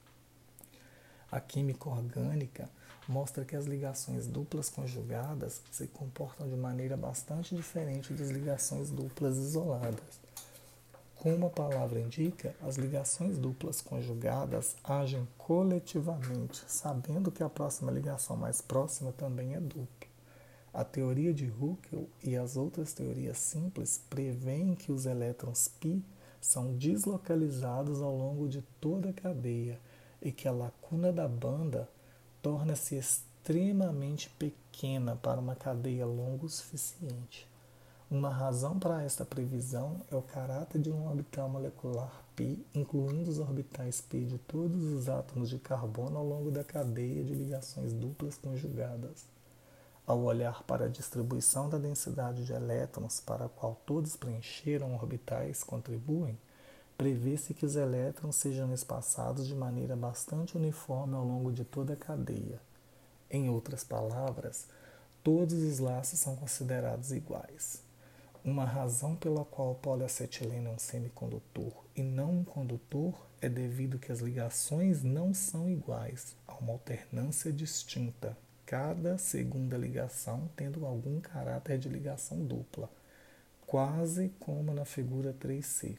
A química orgânica mostra que as ligações duplas conjugadas se comportam de maneira bastante diferente das ligações duplas isoladas. Como a palavra indica, as ligações duplas conjugadas agem coletivamente, sabendo que a próxima ligação mais próxima também é dupla. A teoria de Huckel e as outras teorias simples prevêem que os elétrons π são deslocalizados ao longo de toda a cadeia e que a lacuna da banda torna-se extremamente pequena para uma cadeia longa o suficiente. Uma razão para esta previsão é o caráter de um orbital molecular π, incluindo os orbitais π de todos os átomos de carbono ao longo da cadeia de ligações duplas conjugadas. Ao olhar para a distribuição da densidade de elétrons para a qual todos preencheram orbitais contribuem, prevê-se que os elétrons sejam espaçados de maneira bastante uniforme ao longo de toda a cadeia. Em outras palavras, todos os laços são considerados iguais. Uma razão pela qual o poliacetileno é um semicondutor e não um condutor é devido que as ligações não são iguais, há uma alternância distinta, cada segunda ligação tendo algum caráter de ligação dupla, quase como na figura 3C.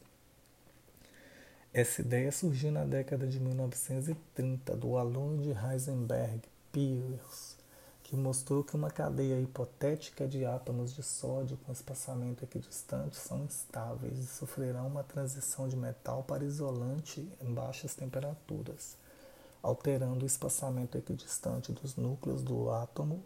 Essa ideia surgiu na década de 1930 do aluno de Heisenberg, Peirce, que mostrou que uma cadeia hipotética de átomos de sódio com espaçamento equidistante são instáveis e sofrerão uma transição de metal para isolante em baixas temperaturas, alterando o espaçamento equidistante dos núcleos do átomo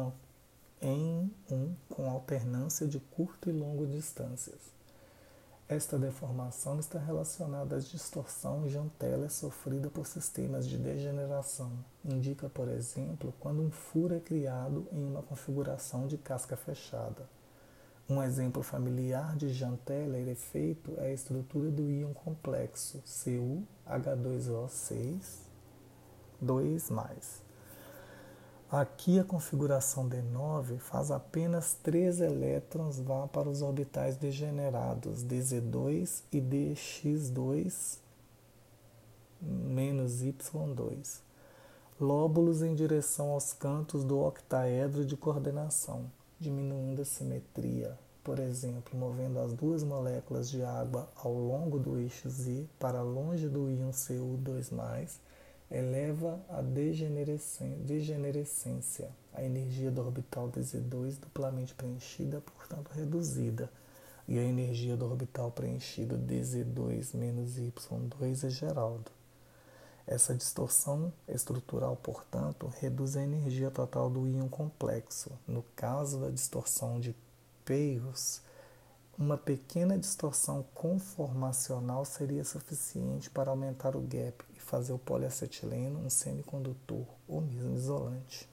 em um com alternância de curto e longo distâncias. Esta deformação está relacionada à distorção Jahn-Teller sofrida por sistemas de degeneração. Indica, por exemplo, quando um furo é criado em uma configuração de casca fechada. Um exemplo familiar de Jahn-Teller efeito é a estrutura do íon complexo CuH2O6 2+. Aqui a configuração D9 faz apenas 3 elétrons vá para os orbitais degenerados Dz2 e Dx2 Y2, lóbulos em direção aos cantos do octaedro de coordenação, diminuindo a simetria, por exemplo, movendo as duas moléculas de água ao longo do eixo Z para longe do íon Cu2+, eleva a degenerescência, a energia do orbital Dz2 duplamente preenchida, portanto reduzida, e a energia do orbital preenchido Dz2-Y2 é Geraldo. Essa distorção estrutural, portanto, reduz a energia total do íon complexo. No caso da distorção de Peirce, uma pequena distorção conformacional seria suficiente para aumentar o gap e fazer o poliacetileno um semicondutor ou mesmo isolante.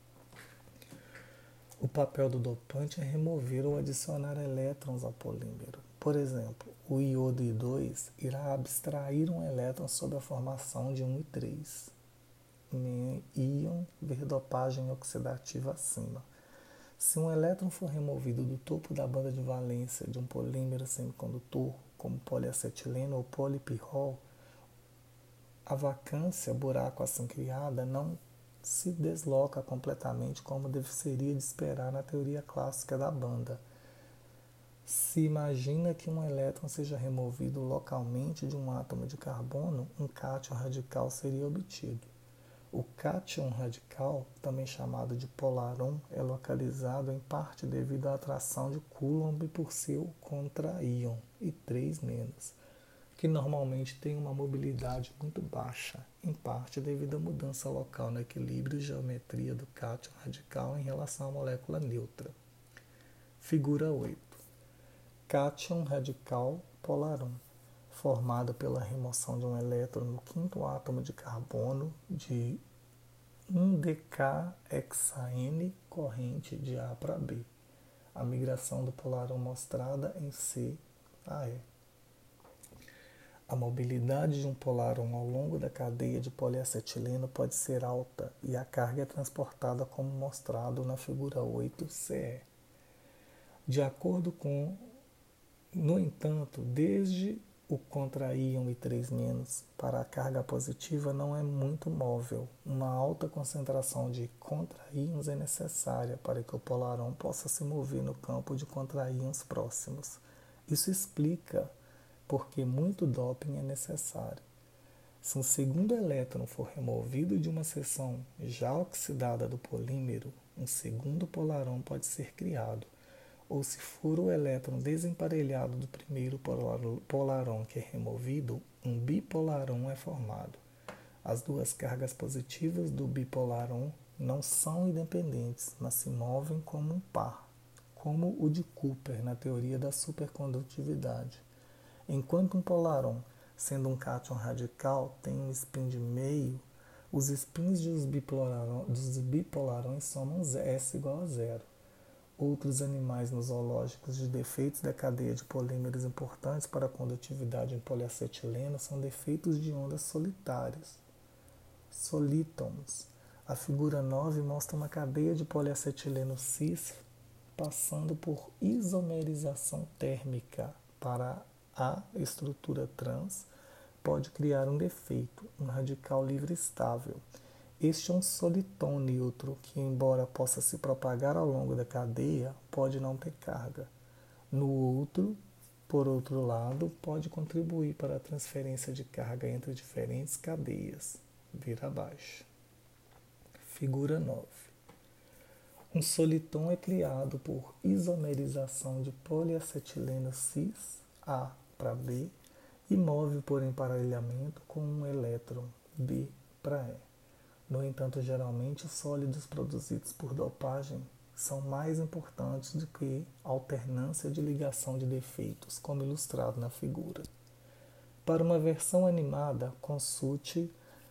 O papel do dopante é remover ou adicionar elétrons ao polímero. Por exemplo, o iodo I2 irá abstrair um elétron sob a formação de 1 e 3, íon ver dopagem oxidativa acima. Se um elétron for removido do topo da banda de valência de um polímero semicondutor, como poliacetileno ou polipirrol, a vacância, buraco assim criada, não se desloca completamente como seria de esperar na teoria clássica da banda. Se imagina que um elétron seja removido localmente de um átomo de carbono, um cátion radical seria obtido. O cátion radical, também chamado de polaron, é localizado em parte devido à atração de Coulomb por seu contra-íon, e 3-, que normalmente tem uma mobilidade muito baixa, em parte devido à mudança local no equilíbrio e geometria do cátion radical em relação à molécula neutra. Figura 8. Cátion radical polaron, formado pela remoção de um elétron no quinto átomo de carbono de 1dk-hexaene corrente de A para B. A migração do polaron mostrada em C a E. A mobilidade de um polaron ao longo da cadeia de poliacetileno pode ser alta e a carga é transportada como mostrado na figura 8CE. De acordo com, no entanto, desde o contra-íon e 3- para a carga positiva não é muito móvel. Uma alta concentração de contra-íons é necessária para que o polaron possa se mover no campo de contra-íons próximos. Isso explica porque muito doping é necessário. Se um segundo elétron for removido de uma seção já oxidada do polímero, um segundo polaron pode ser criado, ou se for o elétron desemparelhado do primeiro polaron que é removido, um bipolaron é formado. As duas cargas positivas do bipolaron não são independentes, mas se movem como um par, como o de Cooper na teoria da supercondutividade. Enquanto um polaron, sendo um cátion radical, tem um spin de meio, os spins dos bipolarões somam S igual a zero. Outros animais nosológicos de defeitos da cadeia de polímeros importantes para a condutividade em poliacetileno são defeitos de ondas solitários, solítons. A figura 9 mostra uma cadeia de poliacetileno cis passando por isomerização térmica para a estrutura trans, pode criar um defeito, um radical livre estável. Este é um soliton neutro que, embora possa se propagar ao longo da cadeia, pode não ter carga. No outro, por outro lado, pode contribuir para a transferência de carga entre diferentes cadeias. Vira abaixo. Figura 9. Um soliton é criado por isomerização de poliacetileno cis A para B e move por emparelhamento com um elétron B para E. No entanto, geralmente os sólidos produzidos por dopagem são mais importantes do que alternância de ligação de defeitos, como ilustrado na figura. Para uma versão animada, consulte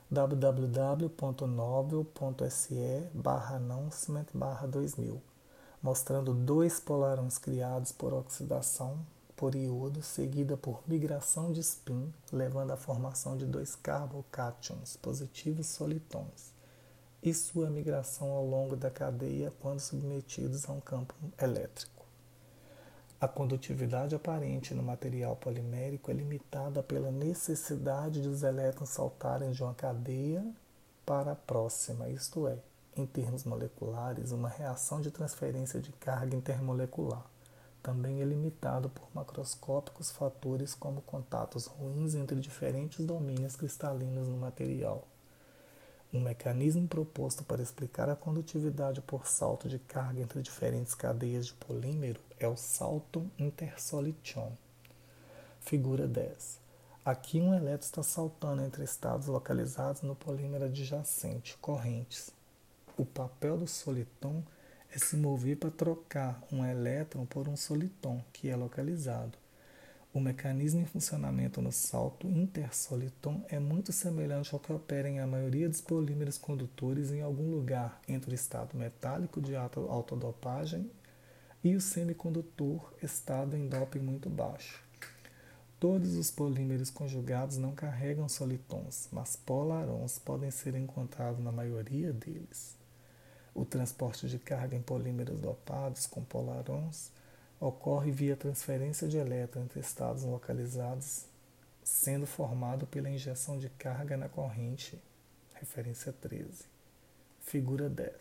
www.nobel.se/announcement/2000, mostrando dois polarons criados por oxidação por iodo, seguida por migração de spin, levando à formação de dois carbocátions positivos solitons, e sua migração ao longo da cadeia quando submetidos a um campo elétrico. A condutividade aparente no material polimérico é limitada pela necessidade dos elétrons saltarem de uma cadeia para a próxima, isto é, em termos moleculares, uma reação de transferência de carga intermolecular. Também é limitado por macroscópicos fatores como contatos ruins entre diferentes domínios cristalinos no material. Um mecanismo proposto para explicar a condutividade por salto de carga entre diferentes cadeias de polímero é o salto intersoliton. Figura 10. Aqui um elétron está saltando entre estados localizados no polímero adjacente, correntes. O papel do soliton é se mover para trocar um elétron por um soliton, que é localizado. O mecanismo em funcionamento no salto intersoliton é muito semelhante ao que opera em a maioria dos polímeros condutores em algum lugar entre o estado metálico de autodopagem e o semicondutor estado em doping muito baixo. Todos os polímeros conjugados não carregam solitons, mas polarons podem ser encontrados na maioria deles. O transporte de carga em polímeros dopados com polarons ocorre via transferência de elétrons entre estados localizados, sendo formado pela injeção de carga na corrente, referência 13. Figura 10.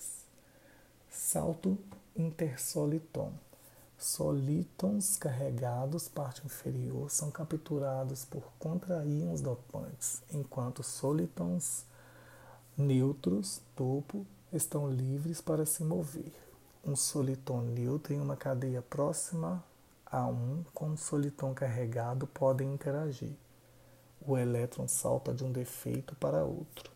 Salto intersoliton. Solítons carregados, parte inferior, são capturados por contra-íons dopantes, enquanto solítons neutros, topo, estão livres para se mover. Um soliton neutro em uma cadeia próxima a um com um soliton carregado podem interagir. O elétron salta de um defeito para outro.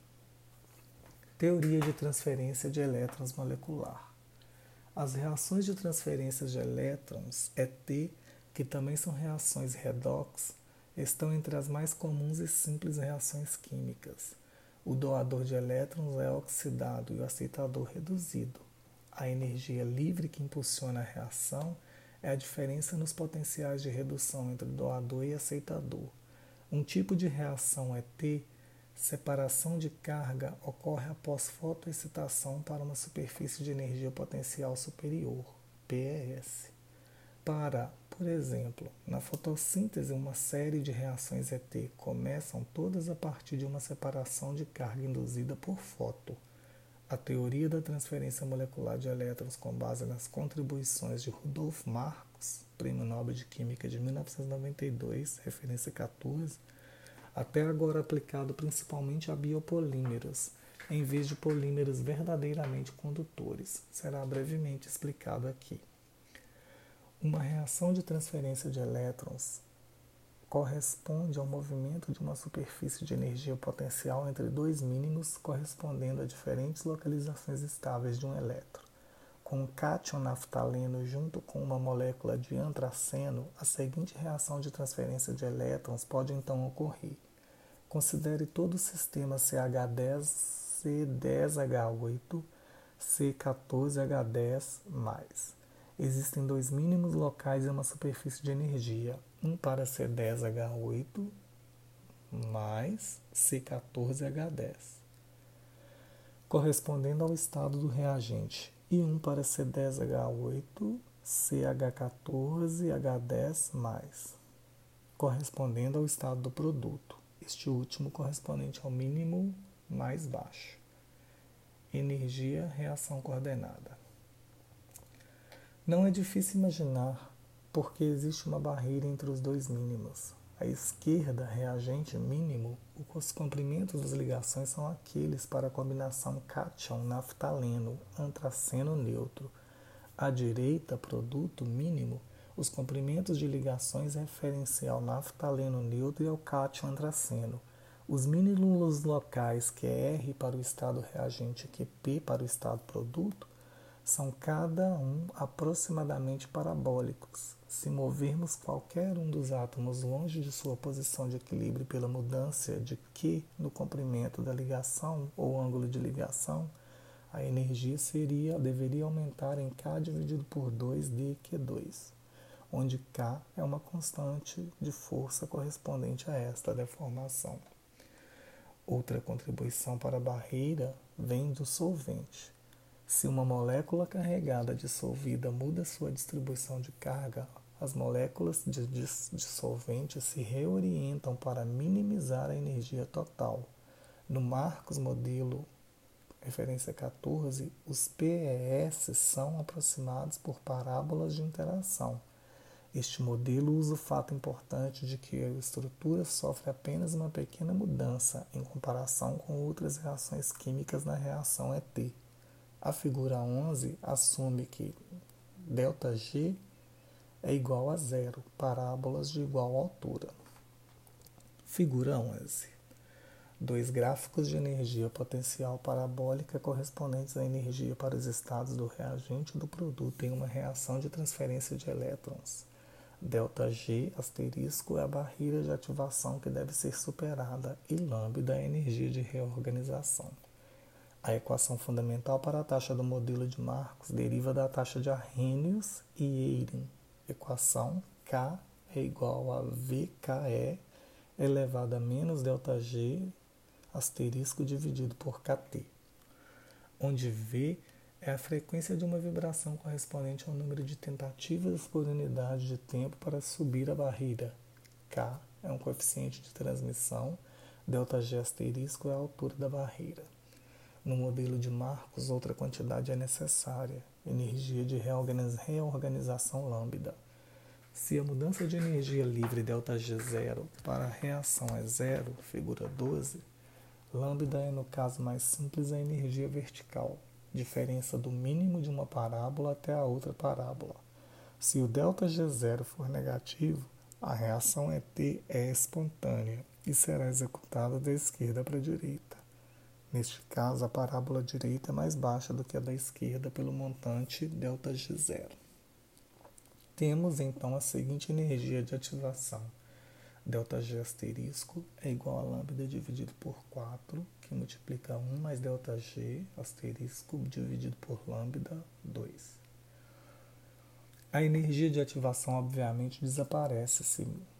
Teoria de transferência de elétrons molecular. As reações de transferência de elétrons, ET, que também são reações redox, estão entre as mais comuns e simples reações químicas. O doador de elétrons é oxidado e o aceitador reduzido. A energia livre que impulsiona a reação é a diferença nos potenciais de redução entre doador e aceitador. Um tipo de reação ET, separação de carga, ocorre após fotoexcitação para uma superfície de energia potencial superior, PES. Por exemplo, na fotossíntese, uma série de reações ET começam todas a partir de uma separação de carga induzida por fóton. A teoria da transferência molecular de elétrons com base nas contribuições de Rudolf Marx, Prêmio Nobel de Química de 1992, referência 14, até agora aplicado principalmente a biopolímeros, em vez de polímeros verdadeiramente condutores, será brevemente explicado aqui. Uma reação de transferência de elétrons corresponde ao movimento de uma superfície de energia potencial entre dois mínimos correspondendo a diferentes localizações estáveis de um elétron. Com um cátion naftaleno junto com uma molécula de antraceno, a seguinte reação de transferência de elétrons pode então ocorrer. Considere todo o sistema CH10C10H8, C14H10+. Existem dois mínimos locais em uma superfície de energia, um para C10H8 mais C14H10, correspondendo ao estado do reagente, e um para C10H8 CH14H10+, correspondendo ao estado do produto, este último correspondente ao mínimo mais baixo. Energia, reação coordenada. Não é difícil imaginar porque existe uma barreira entre os dois mínimos. À esquerda, reagente mínimo, os comprimentos das ligações são aqueles para a combinação cátion-naftaleno, antraceno neutro. À direita, produto mínimo, os comprimentos de ligações referencial naftaleno neutro e ao cátion antraceno. Os mínimos locais, que é R para o estado reagente e que P para o estado produto, são cada um aproximadamente parabólicos. Se movermos qualquer um dos átomos longe de sua posição de equilíbrio pela mudança de Q no comprimento da ligação ou ângulo de ligação, a energia deveria aumentar em K dividido por 2 de Q2, onde K é uma constante de força correspondente a esta deformação. Outra contribuição para a barreira vem do solvente. Se uma molécula carregada dissolvida muda sua distribuição de carga, as moléculas de solvente se reorientam para minimizar a energia total. No Marcos modelo, referência 14, os PES são aproximados por parábolas de interação. Este modelo usa o fato importante de que a estrutura sofre apenas uma pequena mudança em comparação com outras reações químicas na reação ET. A figura 11 assume que ΔG é igual a zero, parábolas de igual altura. Figura 11. Dois gráficos de energia potencial parabólica correspondentes à energia para os estados do reagente e do produto em uma reação de transferência de elétrons. ΔG asterisco é a barreira de ativação que deve ser superada e lambda é a energia de reorganização. A equação fundamental para a taxa do modelo de Marcos deriva da taxa de Arrhenius e Eyring. Equação K é igual a VKE elevado a menos ΔG asterisco dividido por KT, onde V é a frequência de uma vibração correspondente ao número de tentativas por unidade de tempo para subir a barreira. K é um coeficiente de transmissão, ΔG asterisco é a altura da barreira. No modelo de Marcos, outra quantidade é necessária, energia de reorganização lambda. Se a mudança de energia livre ΔG0 para a reação é zero, figura 12, lambda é, no caso mais simples, a energia vertical, diferença do mínimo de uma parábola até a outra parábola. Se o ΔG0 for negativo, a reação ET é espontânea e será executada da esquerda para a direita. Neste caso, a parábola direita é mais baixa do que a da esquerda pelo montante ΔG0. Temos então a seguinte energia de ativação. ΔG asterisco é igual a lambda dividido por 4, que multiplica 1 mais ΔG asterisco dividido por lambda 2. A energia de ativação obviamente desaparece se